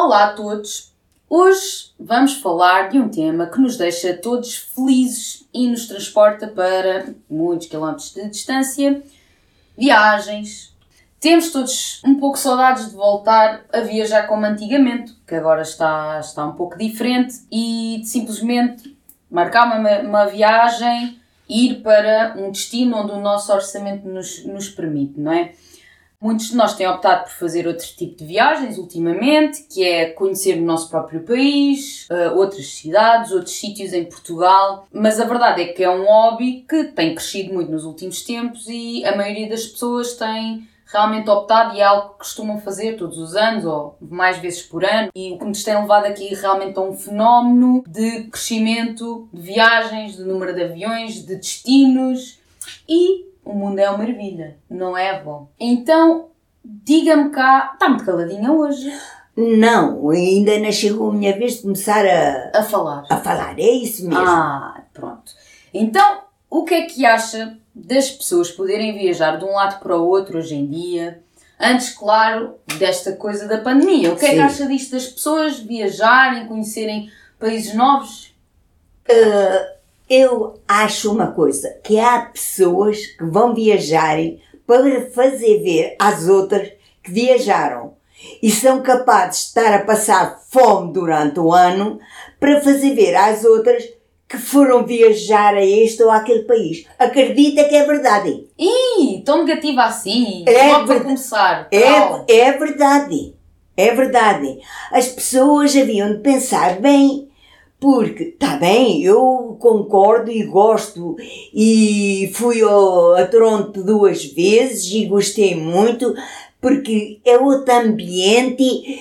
Olá a todos! Hoje vamos falar de um tema que nos deixa todos felizes e nos transporta para muitos quilómetros de distância, viagens. Temos todos um pouco saudades de voltar a viajar como antigamente, que agora está um pouco diferente, e de simplesmente marcar uma viagem, ir para um destino onde o nosso orçamento nos permite, não é? Muitos de nós têm optado por fazer outro tipo de viagens ultimamente, que é conhecer o nosso próprio país, outras cidades, outros sítios em Portugal. Mas a verdade é que é um hobby que tem crescido muito nos últimos tempos e a maioria das pessoas tem realmente optado, e é algo que costumam fazer todos os anos ou mais vezes por ano, e o que nos tem levado aqui realmente a um fenómeno de crescimento de viagens, de número de aviões, de destinos, e o mundo é uma maravilha, não é, avó? Então, diga-me cá, está muito caladinha hoje? Não, ainda não chegou a minha vez de começar a falar. A falar, é isso mesmo. Pronto. Então, o que é que acha das pessoas poderem viajar de um lado para o outro hoje em dia? Antes, claro, desta coisa da pandemia. O que é que acha disto das pessoas viajarem, conhecerem países novos? Eu acho uma coisa, que há pessoas que vão viajarem para fazer ver às outras que viajaram e são capazes de estar a passar fome durante o ano para fazer ver às outras que foram viajar a este ou àquele país. Acredita que é verdade. Ih, tão negativa assim? Para começar. É verdade. É verdade. As pessoas haviam de pensar bem. Porque, está bem, eu concordo e gosto e fui a Toronto 2 vezes e gostei muito, porque é outro ambiente,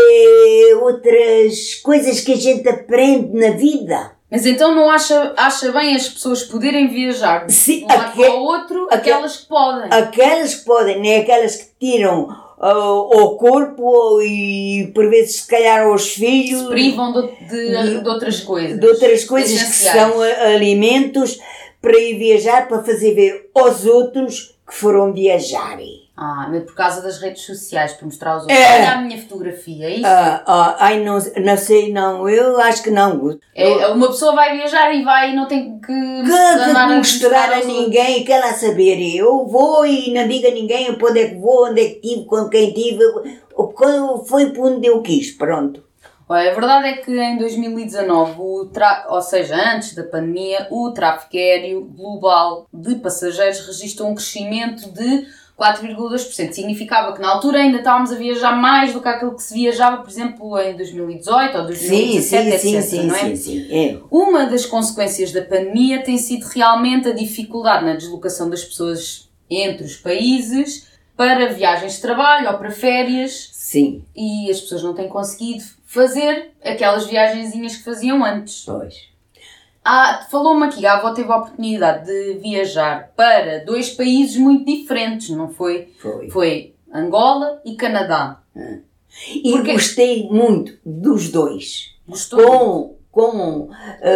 é outras coisas que a gente aprende na vida. Mas então não acha bem as pessoas poderem viajar de um lado para o outro, aquelas que podem? Aquelas que podem, nem aquelas que tiram ao corpo e por vezes se calhar aos filhos. Se privam de outras coisas. De outras coisas que são alimentos para ir viajar, para fazer ver aos outros que foram viajar. Mas por causa das redes sociais, para mostrar aos outros. Olha a minha fotografia, é isso? Não sei, não. Eu acho que não. Uma pessoa vai viajar e não tem que mostrar a ninguém, quer lá saber. Eu vou e não digo a ninguém para onde é que vou, onde é que tive, com quem tive. Foi para onde eu quis, pronto. Olha, a verdade é que em 2019, ou seja, antes da pandemia, o tráfego aéreo global de passageiros registrou um crescimento de 4,2%. Significava que na altura ainda estávamos a viajar mais do que aquilo que se viajava, por exemplo, em 2018 ou 2017, etc. Não é? Sim. Uma das consequências da pandemia tem sido realmente a dificuldade na deslocação das pessoas entre os países para viagens de trabalho ou para férias. Sim. E as pessoas não têm conseguido fazer aquelas viagenzinhas que faziam antes. Pois. Falou-me aqui, a avó teve a oportunidade de viajar para 2 países muito diferentes, não foi? Foi Angola e Canadá. E gostei muito dos dois. Gostou? Como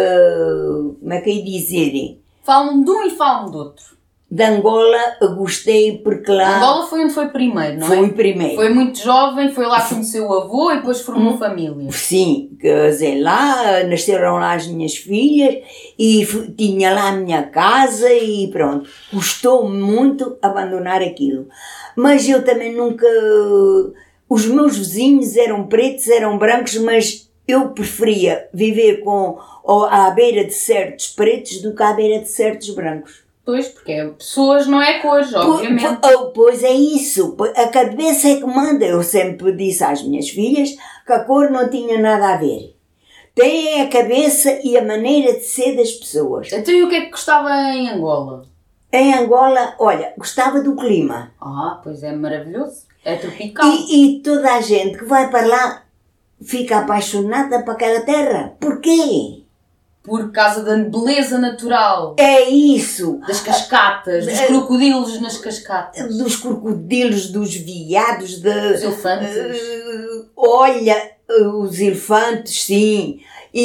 é que é dizer? Falam de um e falam do outro. De Angola gostei porque lá... Angola foi onde foi primeiro, não é? Foi primeiro. Foi muito jovem, foi lá conhecer o avô e depois formou família. Sim, casei lá, nasceram lá as minhas filhas e tinha lá a minha casa e pronto. Custou muito abandonar aquilo. Mas eu também nunca... Os meus vizinhos eram pretos, eram brancos, mas eu preferia viver à beira de certos pretos do que à beira de certos brancos. Pois, porque pessoas não é cores, obviamente. Pois é isso, a cabeça é que manda. Eu sempre disse às minhas filhas que a cor não tinha nada a ver. Tem a cabeça e a maneira de ser das pessoas. Então e o que é que gostava em Angola? Em Angola, olha, gostava do clima. Pois é maravilhoso, é tropical. E toda a gente que vai para lá fica apaixonada para aquela terra. Porquê? Por causa da beleza natural. É isso. Das cascatas, dos crocodilos nas cascatas. Dos crocodilos, dos veados, dos elefantes. Olha, os elefantes, sim.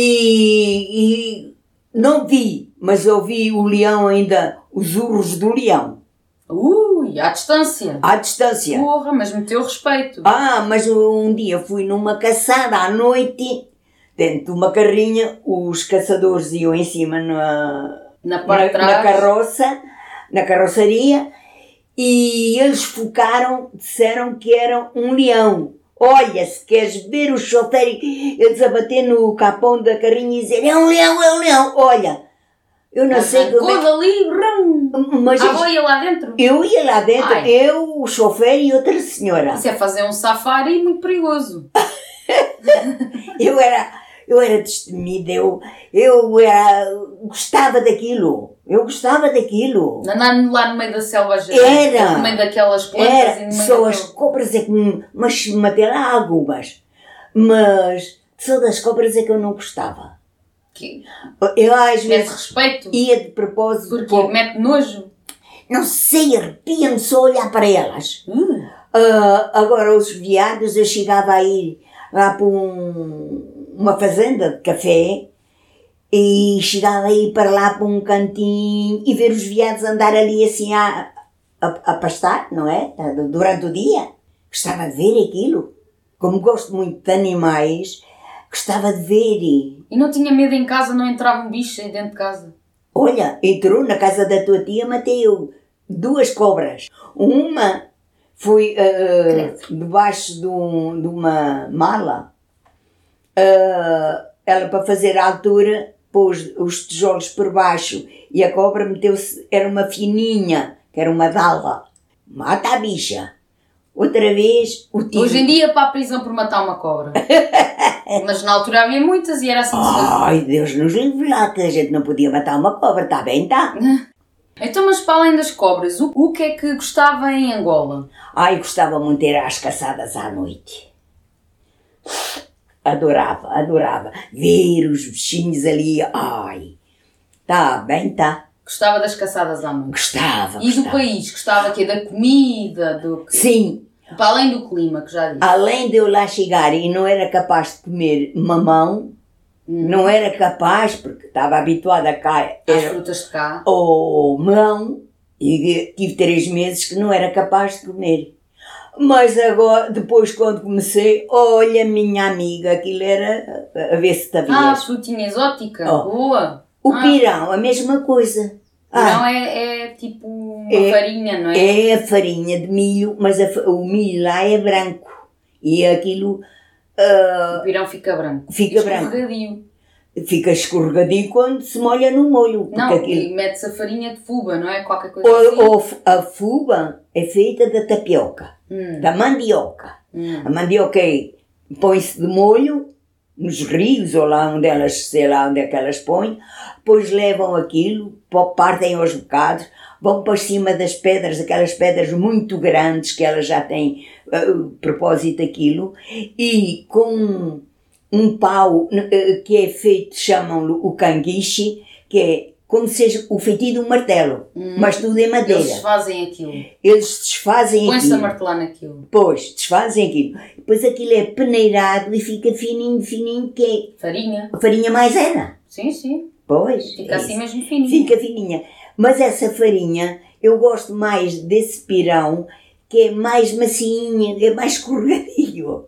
E não vi, mas ouvi o leão ainda, os urros do leão. Ui, à distância. À distância. Porra, mas meteu respeito. Mas um dia fui numa caçada à noite, dentro de uma carrinha, os caçadores iam em cima Na parte de trás. na carroçaria, e eles focaram, disseram que era um leão. Olha, se queres ver o chofer, eles a bater no capão da carrinha e dizer, é um leão, olha. Eu não sei como é. Dali, Mas ia lá dentro? Eu ia lá dentro, eu, o chofer e outra senhora. Isso é fazer um safari muito perigoso. Eu era destemida, eu gostava daquilo. Eu gostava daquilo. Andar lá no meio da selva, Era. no meio daquelas plantas Era. e no meio Só as cobras é que mas matei lá algumas. Mas só das cobras é que eu não gostava. Que? Eu às Mete vezes respeito? ia de propósito. Porque mete nojo? Não sei, arrepia-me só olhar para elas. Agora os veados, eu chegava a ir lá para uma fazenda de café e chegava a ir para lá para um cantinho e ver os veados andar ali assim a pastar, não é? Durante o dia. Gostava de ver aquilo. Como gosto muito de animais, gostava de ver. E não tinha medo em casa, não entrava um bicho aí dentro de casa? Olha, entrou na casa da tua tia, matei eu 2 cobras. Uma foi debaixo de uma mala. Ela, para fazer a altura, pôs os tijolos por baixo e a cobra meteu-se, era uma fininha, que era uma dalva. Mata a bicha. Outra vez, o tio... Hoje em dia, para a prisão por matar uma cobra. Mas na altura havia muitas e era assim que se fazia. Ai, Deus nos livre lá, que a gente não podia matar uma cobra, está bem, está? Então, mas para além das cobras, o que é que gostava em Angola? Ai, gostava muito de ir às caçadas à noite. Adorava. Ver os bichinhos ali, ai. Está bem, está. Gostava das caçadas à noite? Gostava. E do país? Gostava quê? Da comida? Sim. Para além do clima, que já disse. Além de eu lá chegar e não era capaz de comer mamão, não era capaz, porque estava habituada cá. Às frutas de cá. Ou melão, e tive 3 meses que não era capaz de comer. Mas agora, depois quando comecei, olha minha amiga, aquilo era a ver se estava. Frutinha exótica, boa. O pirão, a mesma coisa. Pirão é tipo uma farinha, não é? É a farinha de milho, mas o milho lá é branco. E aquilo... o pirão fica branco. Fica branco. Escorregadio. Fica escorregadio quando se molha no molho. Não, e mete-se a farinha de fuba, não é? Qualquer coisa assim. A fuba é feita da tapioca, da mandioca. A mandioca põe-se de molho nos rios ou lá onde elas, sei lá onde é que elas põem, depois levam aquilo, partem aos bocados, vão para cima das pedras, aquelas pedras muito grandes que elas já têm propósito aquilo, e com um pau que é feito, chamam-lhe o canguiche, que é como seja o feitio de um martelo, mas tudo em madeira. Eles desfazem aquilo. Eles desfazem aquilo. Põe-se a martelar naquilo. Pois, desfazem aquilo. Depois aquilo é peneirado e fica fininho, que é... Farinha. A farinha maisena. Sim. Pois. Fica assim mesmo fininha. Fica fininha. Mas essa farinha, eu gosto mais desse pirão, que é mais macinha, é mais escorregadio.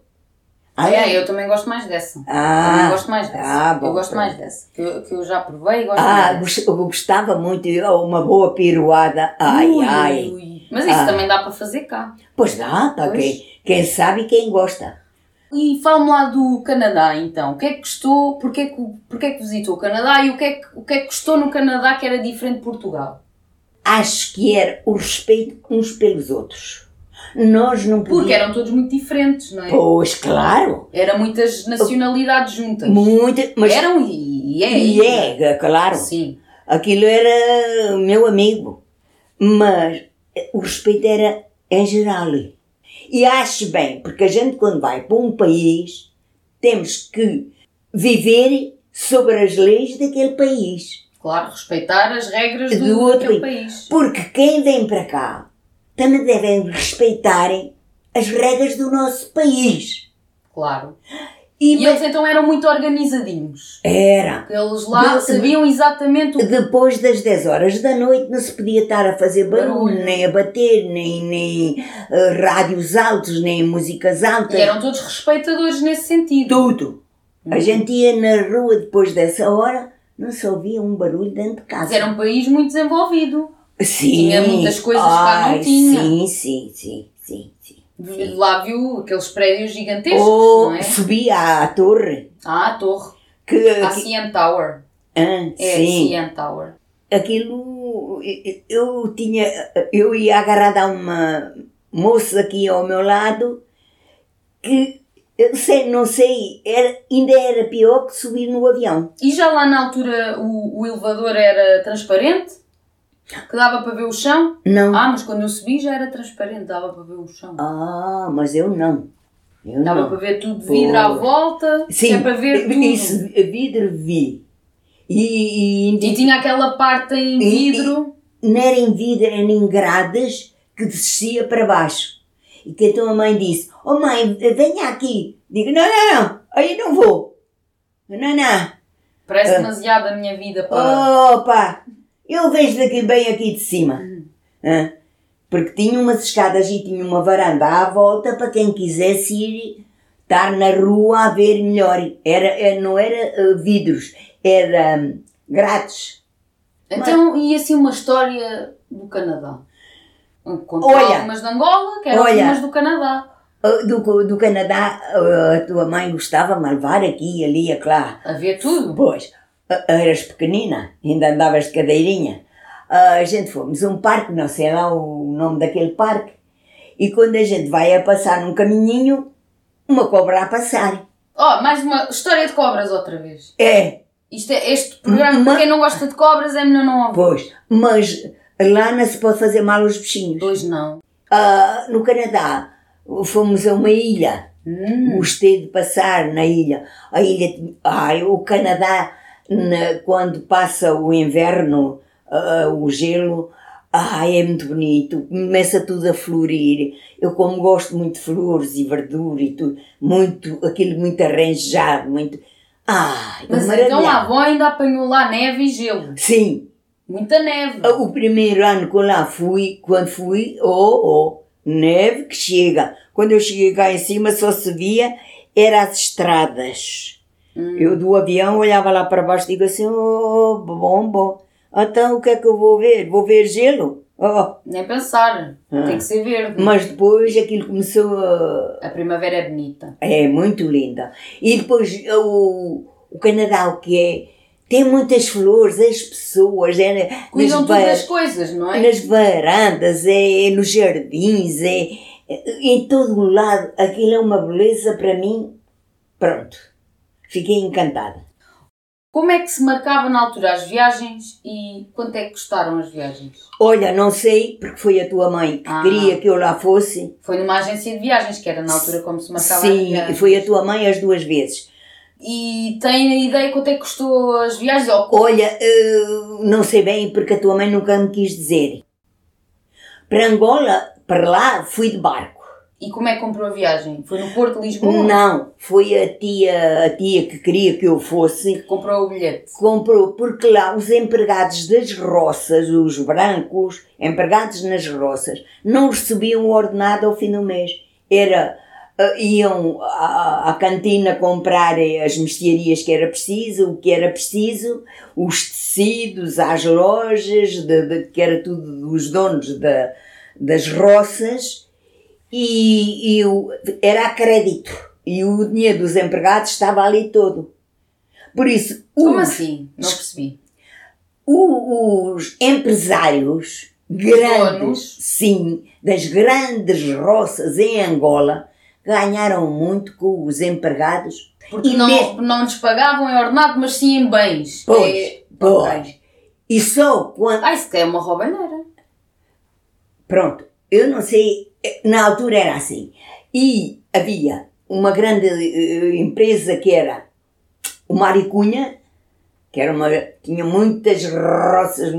Eu também gosto mais dessa. Eu gosto mais dessa. Que eu já provei e gosto mais dessa. Eu gostava muito, uma boa piruada. Ui. Mas isso também dá para fazer cá. Pois dá, para quem sabe e quem gosta. E fala-me lá do Canadá, então. O que é que gostou? Porquê que visitou o Canadá? E o que é que gostou no Canadá que era diferente de Portugal? Acho que era o respeito uns pelos outros. Nós não podíamos... Porque eram todos muito diferentes, não é? Pois, claro. Eram muitas nacionalidades juntas. Mas... Eram claro. Sim. Aquilo era meu amigo. Mas o respeito era em geral. E acho bem, porque a gente quando vai para um país, temos que viver sobre as leis daquele país. Claro, respeitar as regras daquele país. Porque quem vem para cá também devem respeitar as regras do nosso país. Claro. E eles então eram muito organizadinhos. Era. Eles lá sabiam exatamente o que... Depois das 10 horas da noite não se podia estar a fazer barulho, nem a bater, nem rádios altos, nem músicas altas. E eram todos respeitadores nesse sentido. Tudo. A gente ia na rua depois dessa hora, não se ouvia um barulho dentro de casa. Mas era um país muito desenvolvido. Sim. Tinha muitas coisas que cá não tinha. Sim. Lá viu aqueles prédios gigantescos, não é? Subia à torre. A torre. A CN Tower. Sim. CN Tower. Aquilo, eu ia agarrada a uma moça aqui ao meu lado que, não sei, ainda era pior que subir no avião. E já lá na altura o elevador era transparente? Que dava para ver o chão? Não. Mas quando eu subi já era transparente, dava para ver o chão. Mas eu não. Dava para ver tudo de vidro à volta? Sim, é para ver tudo. Isso, vidro vi. E tinha aquela parte em vidro? Não era em vidro, era em grades que descia para baixo. E que então a mãe disse, mãe, venha aqui. Digo, não, aí não vou. Não. Parece demasiado a minha vida para... Opa, eu vejo daqui bem aqui de cima. Porque tinha umas escadas e tinha uma varanda à volta para quem quisesse ir estar na rua a ver melhor. Não era vidros, era grades. Então, e assim uma história do Canadá? Contou algumas de Angola, que eram algumas do Canadá. Do Canadá, a tua mãe gostava-me de levar aqui, ali, acolá. A ver tudo? Pois, eras pequenina, ainda andavas de cadeirinha. A gente fomos a um parque, não sei lá o nome daquele parque, e quando a gente vai a passar num caminhinho, uma cobra a passar. Mais uma história de cobras outra vez. Este programa, para quem não gosta de cobras, é melhor não ouvir. Pois, mas lá não se pode fazer mal aos bichinhos. Pois não. No Canadá, fomos a uma ilha. Gostei de passar na ilha. A ilha, o Canadá, quando passa o inverno, o gelo, é muito bonito, começa tudo a florir. Eu como gosto muito de flores e verdura e tudo, aquilo muito arranjado, muito... Mas então a avó ainda apanhou lá neve e gelo? Sim. Muita neve. O primeiro ano que eu lá fui, neve que chega. Quando eu cheguei cá em cima só se via, era as estradas. Eu do avião olhava lá para baixo e digo assim, bom. Então o que é que eu vou ver? Vou ver gelo? Nem pensar, tem que ser verde. Mas depois aquilo começou a primavera é bonita. É muito linda. E depois o Canadá, o que é? Tem muitas flores, as pessoas... Cuidam todas as coisas, não é? Nas varandas, nos jardins, em todo o lado. Aquilo é uma beleza para mim. Pronto. Fiquei encantada. Como é que se marcava na altura as viagens e quanto é que custaram as viagens? Olha, não sei, porque foi a tua mãe que queria que eu lá fosse. Foi numa agência de viagens, que era na altura como se marcava as viagens. Sim, foi a tua mãe as 2 vezes. E tem a ideia quanto é que custou as viagens? Olha, não sei bem, porque a tua mãe nunca me quis dizer. Para Angola, para lá, fui de barco. E como é que comprou a viagem? Foi no Porto de Lisboa? Não, foi a tia que queria que eu fosse. Que comprou o bilhete? Comprou, porque lá os empregados das roças, os brancos, empregados nas roças, não recebiam o ordenado ao fim do mês. Iam à cantina comprar as mercearias que era preciso, o que era preciso, os tecidos às lojas, que era tudo dos donos das roças. E era a crédito e o dinheiro dos empregados estava ali todo. Por isso, como assim? Não percebi. Os empresários grandes, sim, das grandes roças em Angola, ganharam muito com os empregados. Porque não lhes pagavam em ordenado, mas sim em bens. Pois. Okay. E só quando... isso é uma roubalheira. Pronto, eu não sei... Na altura era assim. E havia uma grande empresa que era o Maricunha, que tinha muitas roças,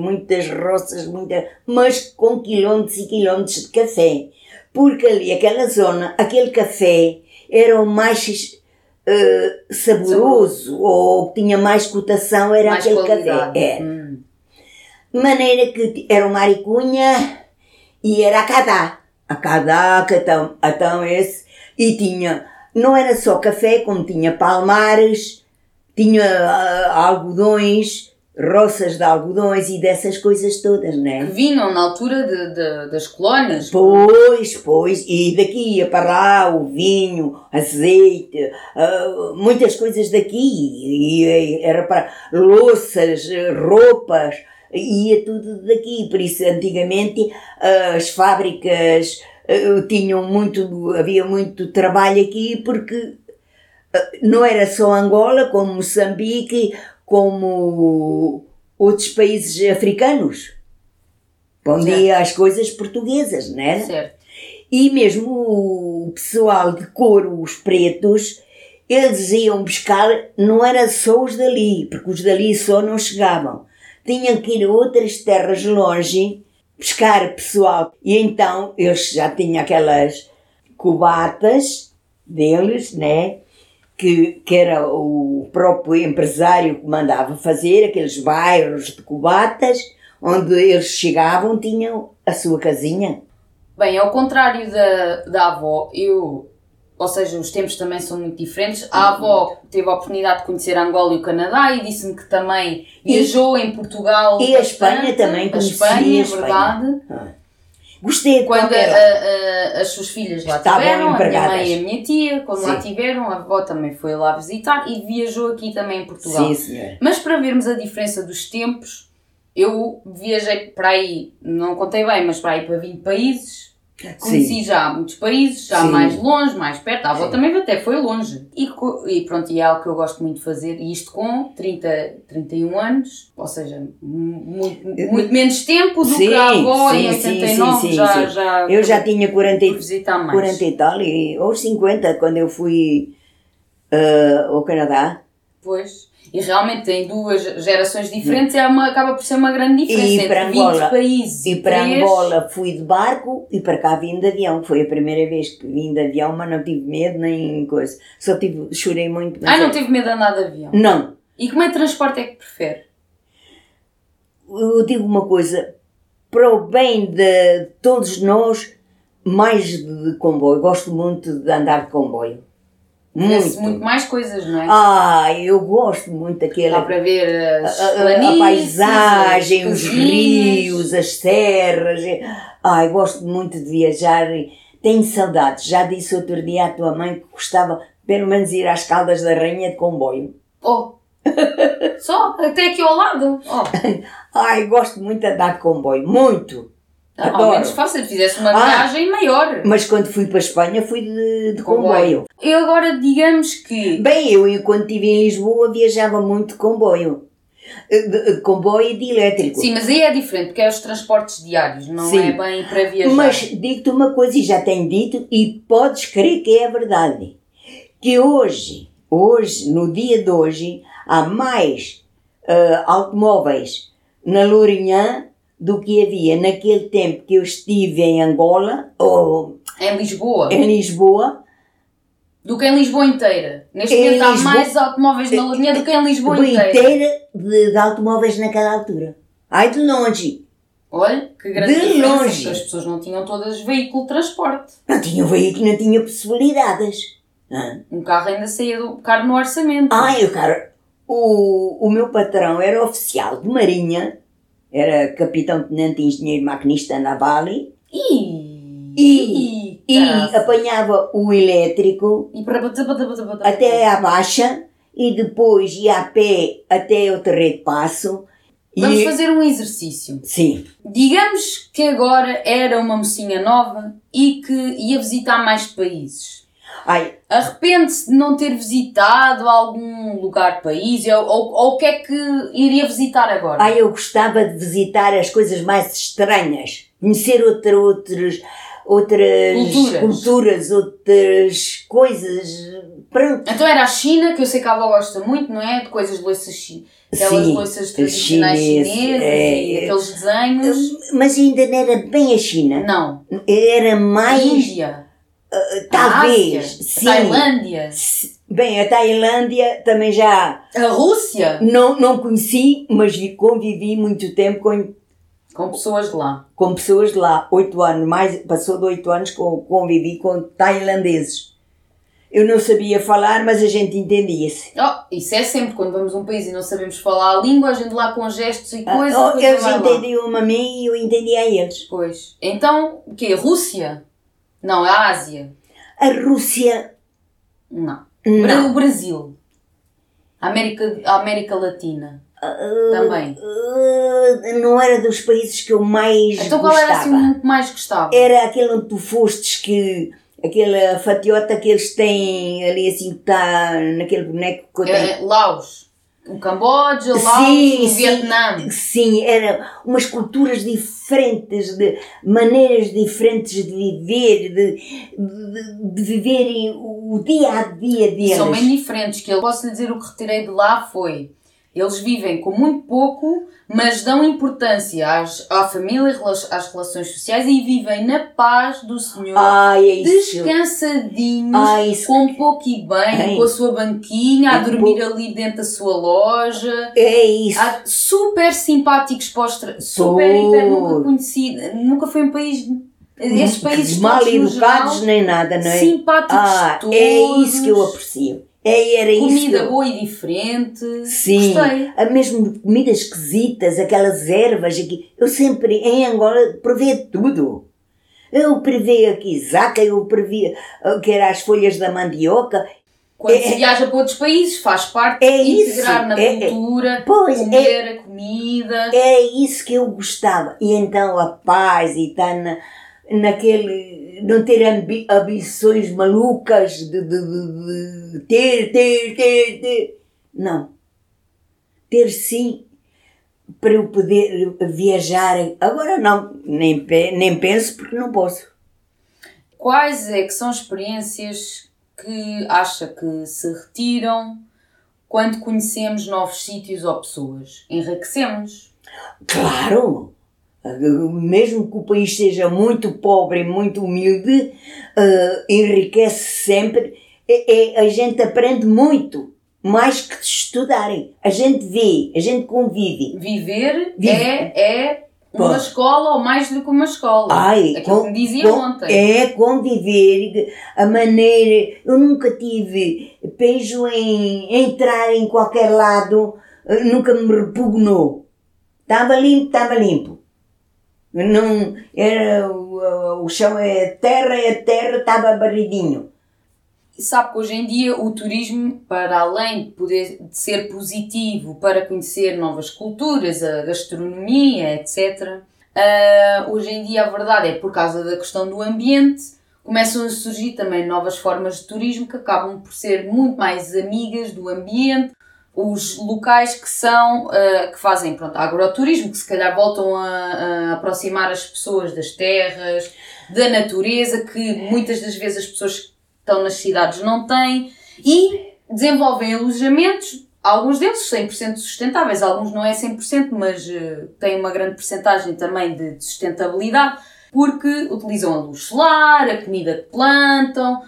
mas com quilómetros e quilómetros de café. Porque ali, aquela zona, aquele café era o mais saboroso ou que tinha mais cotação era Mais aquele qualidade. café. De maneira que era o maricunha e era a cadá. A cadá, que então esse, e tinha, não era só café, como tinha palmares, tinha algodões, roças de algodões e dessas coisas todas, não é? Que vinham na altura das colónias. Pois, e daqui ia para lá o vinho, azeite, muitas coisas daqui, e era para louças, roupas, ia tudo daqui, por isso antigamente as fábricas havia muito trabalho aqui, porque não era só Angola, como Moçambique, como outros países africanos, onde ia as coisas portuguesas, não era? Certo. E mesmo o pessoal de couro, os pretos, eles iam buscar, não era só os dali, porque os dali só não chegavam. Tinham que ir a outras terras longe, buscar pessoal. E então eles já tinham aquelas cubatas deles, né? Que era o próprio empresário que mandava fazer, aqueles bairros de cubatas, onde eles chegavam, tinham a sua casinha. Bem, ao contrário da avó, ou seja, os tempos também são muito diferentes. A avó teve a oportunidade de conhecer Angola e o Canadá e disse-me que também viajou em Portugal. E a Espanha também, conheci a Espanha, verdade. Gostei de quando as suas filhas lá tiveram, a minha mãe e a minha tia, quando lá tiveram, a avó também foi lá visitar e viajou aqui também em Portugal. Sim, senhora. Mas para vermos a diferença dos tempos, eu viajei para aí, não contei bem, mas para aí para 20 países. Conheci já muitos países, já mais longe, mais perto. A avó também até foi longe. E pronto, e é algo que eu gosto muito de fazer. E isto com 31 anos, ou seja, muito menos tempo do que a avó em 89. Já eu já tinha 40 e tal, ou 50, quando eu fui ao Canadá. Pois. E realmente tem duas gerações diferentes, acaba por ser uma grande diferença e entre para Angola, 20 países. E para Angola fui de barco e para cá vim de avião. Foi a primeira vez que vim de avião, mas não tive medo nem coisa. Chorei muito. Não tive medo de andar de avião? Não. E como é que transporte é que prefere? Eu digo uma coisa, para o bem de todos nós, mais de comboio. Gosto muito de andar de comboio. Muito mais coisas, não é? Eu gosto muito daquela. Dá para ver a paisagem, os rios, as serras. Gosto muito de viajar. Tenho saudades. Já disse outro dia à tua mãe que gostava pelo menos ir às Caldas da Rainha de comboio. Só? Até aqui ao lado? Gosto muito de andar de comboio. Muito. Ao menos fácil, fizesse uma viagem maior. Mas quando fui para a Espanha fui de comboio. E agora digamos que... Bem, eu quando estive em Lisboa viajava muito de comboio. De comboio e de elétrico. Sim, mas aí é diferente, porque é os transportes diários, não é bem para viajar. Mas digo-te uma coisa, e já tenho dito, e podes crer que é verdade. Que hoje, no dia de hoje, há mais automóveis na Lourinhã do que havia naquele tempo que eu estive em Angola, ou em Lisboa, do que em Lisboa inteira. Neste momento há mais automóveis na Lourinhã do que em Lisboa inteira. De automóveis naquela altura. De longe. Olha, que grande diferença. De longe. Porque as pessoas não tinham todas veículo de transporte. Não tinham veículo, não tinham possibilidades. Um carro ainda saía caro no orçamento. O meu patrão era oficial de marinha. Era capitão-tenente engenheiro maquinista naval e apanhava o elétrico até à Baixa e depois ia a pé até o Terreiro de Passo. Vamos fazer um exercício. Sim. Digamos que agora era uma mocinha nova e que ia visitar mais países. Arrepende-se de não ter visitado algum lugar, país, ou o que é que iria visitar agora? Eu gostava de visitar as coisas mais estranhas, conhecer outras culturas, outras coisas. Pronto. Então era a China, que eu sei que a avó gosta muito, não é? De coisas de louças aquelas louças tradicionais chinesas e aqueles desenhos. Mas ainda não era bem a China. Não. Era mais... Índia. Talvez. Sim. Tailândia. Bem, a Tailândia também já... A Rússia? Não conheci, mas convivi muito tempo com pessoas de lá. Com pessoas de lá. 8 anos, passou de 8 anos convivi com tailandeses. Eu não sabia falar, mas a gente entendia-se. Isso é sempre, quando vamos a um país e não sabemos falar a língua, a gente lá com gestos e coisas... eles entendiam a mim e eu entendia a eles. Pois. Então, o quê? Rússia? Não, é a Ásia. A Rússia... Não. O Brasil. A América Latina. Também. Não era dos países que eu mais então, gostava. Qual era assim o que mais gostava? Era aquele onde tu fostes que... Aquela fatiota que eles têm ali assim que está naquele boneco que eu tenho. Laos. O Camboja, Laos, o Vietnã. Sim, eram umas culturas diferentes, de maneiras diferentes de viver, de viverem o dia a dia deles. São bem diferentes, que eu posso lhe dizer o que retirei de lá foi... Eles vivem com muito pouco, mas dão importância à família, às relações sociais e vivem na paz do Senhor, descansadinhos, com pouco e bem, com a sua banquinha, a dormir ali dentro da sua loja. É isso. Super simpáticos hiper, nunca conheci, nunca foi um país... Estes países mal educados nem nada, não é? Simpáticos todos. É isso que eu aprecio. Era comida boa e diferente. Sim, gostei. Mesmo comidas esquisitas, aquelas ervas aqui. Eu sempre em Angola provei tudo. Eu provei a quizaca, eu provei que era as folhas da mandioca. Quando se viaja para outros países, faz parte de integrar na cultura, comer a comida. É isso que eu gostava. E então a paz e estar naquele... Não ter ambições malucas de ter. Não. Ter sim, para eu poder viajar. Agora não, nem penso porque não posso. Quais é que são experiências que acha que se retiram quando conhecemos novos sítios ou pessoas? Enriquecemos? Claro! Mesmo que o país seja muito pobre e muito humilde, enriquece sempre. A gente aprende muito, mais que estudarem. A gente vê, a gente convive. Viver. É uma escola ou mais do que uma escola. Aquilo que me dizia ontem. É conviver, a maneira... Eu nunca tive pejo em entrar em qualquer lado, nunca me repugnou. Estava limpo. Não, era o chão é terra, estava barridinho. E sabe que hoje em dia o turismo, para além de ser positivo para conhecer novas culturas, a gastronomia, etc., hoje em dia a verdade é que por causa da questão do ambiente começam a surgir também novas formas de turismo que acabam por ser muito mais amigas do ambiente. Os locais que fazem agroturismo, que se calhar voltam a aproximar as pessoas das terras, da natureza, que muitas das vezes as pessoas que estão nas cidades não têm, e desenvolvem alojamentos, alguns deles 100% sustentáveis, alguns não é 100%, mas têm uma grande percentagem também de sustentabilidade, porque utilizam a luz solar, a comida que plantam,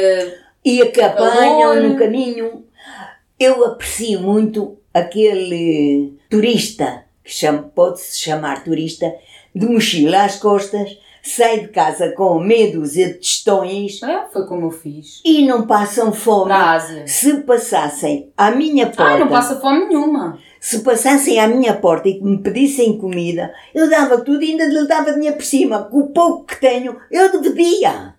e a que apanham no caminho. Eu aprecio muito aquele turista, pode-se chamar turista, de mochila às costas, sai de casa com meia dúzia de tostões. Foi como eu fiz. E não passam fome. Para a Ásia. Se passassem à minha porta... não passa fome nenhuma. Se passassem à minha porta e me pedissem comida, eu dava tudo e ainda lhe dava dinheiro por cima. Com o pouco que tenho, eu deveria.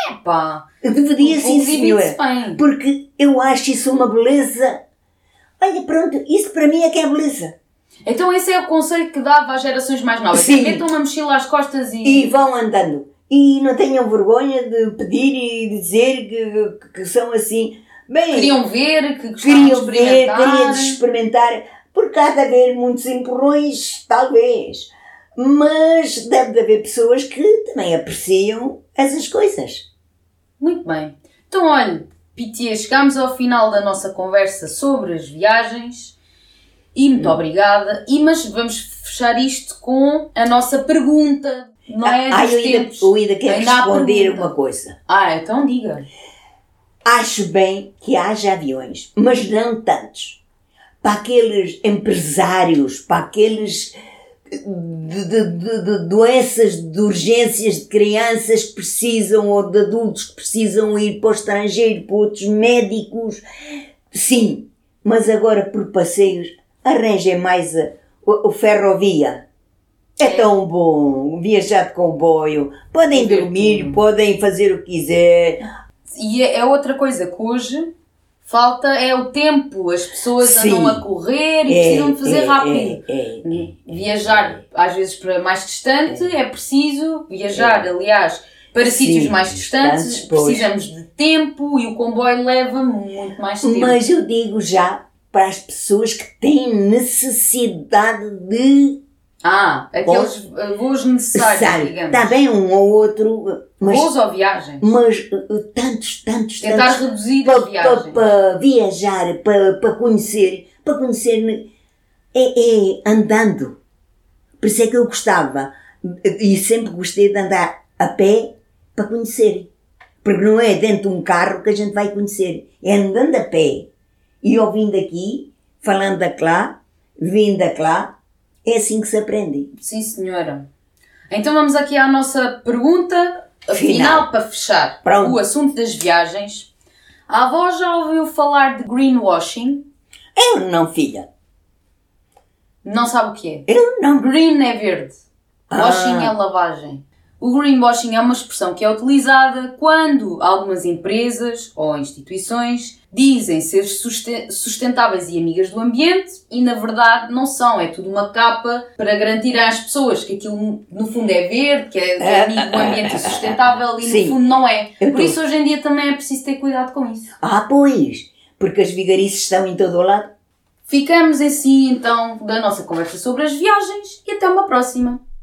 Deveria, sim, senhora. Porque eu acho isso uma beleza. Olha, pronto, isso para mim é que é beleza. Então esse é o conselho que dava às gerações mais novas. Sim. Metam uma mochila às costas e vão andando. E não tenham vergonha de pedir e dizer que são assim. Bem, queriam ver, que gostavam de experimentar. Queriam experimentar. Porque há de haver muitos empurrões, talvez. Mas deve de haver pessoas que também apreciam essas coisas. Muito bem. Então, olha, Pitia, chegámos ao final da nossa conversa sobre as viagens e muito obrigada. Mas vamos fechar isto com a nossa pergunta, não é? Eu ainda quero responder uma coisa. Então diga. acho bem que haja aviões, mas não tantos. Para aqueles empresários, para aqueles de doenças, de urgências de crianças que precisam, ou de adultos que precisam ir para o estrangeiro, para outros médicos, sim, mas agora por passeios arranjem mais o ferrovia. É tão bom viajar de comboio, podem dormir, podem fazer o que quiser. E é outra coisa que hoje falta, é o tempo. As pessoas andam a correr e precisam de fazer rápido. Viajar, às vezes, para mais distante, é preciso viajar, aliás, para sítios mais distantes, precisamos de tempo e o comboio leva muito mais tempo. Mas eu digo já para as pessoas que têm necessidade de... aqueles voos necessários, digamos. Está bem um ou outro... Voos ou viagens? Mas tantos... Tentar reduzir as viagens. Para viajar, para conhecer é andando. Por isso é que eu gostava, e sempre gostei de andar a pé para conhecer. Porque não é dentro de um carro que a gente vai conhecer, é andando a pé. E eu vindo aqui, falando daquela, vindo daquela, é assim que se aprende. Sim, senhora. Então vamos aqui à nossa pergunta final para fechar. Pronto. O assunto das viagens. A avó já ouviu falar de greenwashing? Eu não, filha. Não sabe o que é? Eu não. Green é verde. Washing é lavagem. O greenwashing é uma expressão que é utilizada quando algumas empresas ou instituições dizem ser sustentáveis e amigas do ambiente e na verdade não são. É tudo uma capa para garantir às pessoas que aquilo no fundo é verde, que é amigo do ambiente e sustentável e no fundo não é. Por isso hoje em dia também é preciso ter cuidado com isso. Pois, porque as vigarices estão em todo o lado. Ficamos assim então da nossa conversa sobre as viagens e até uma próxima.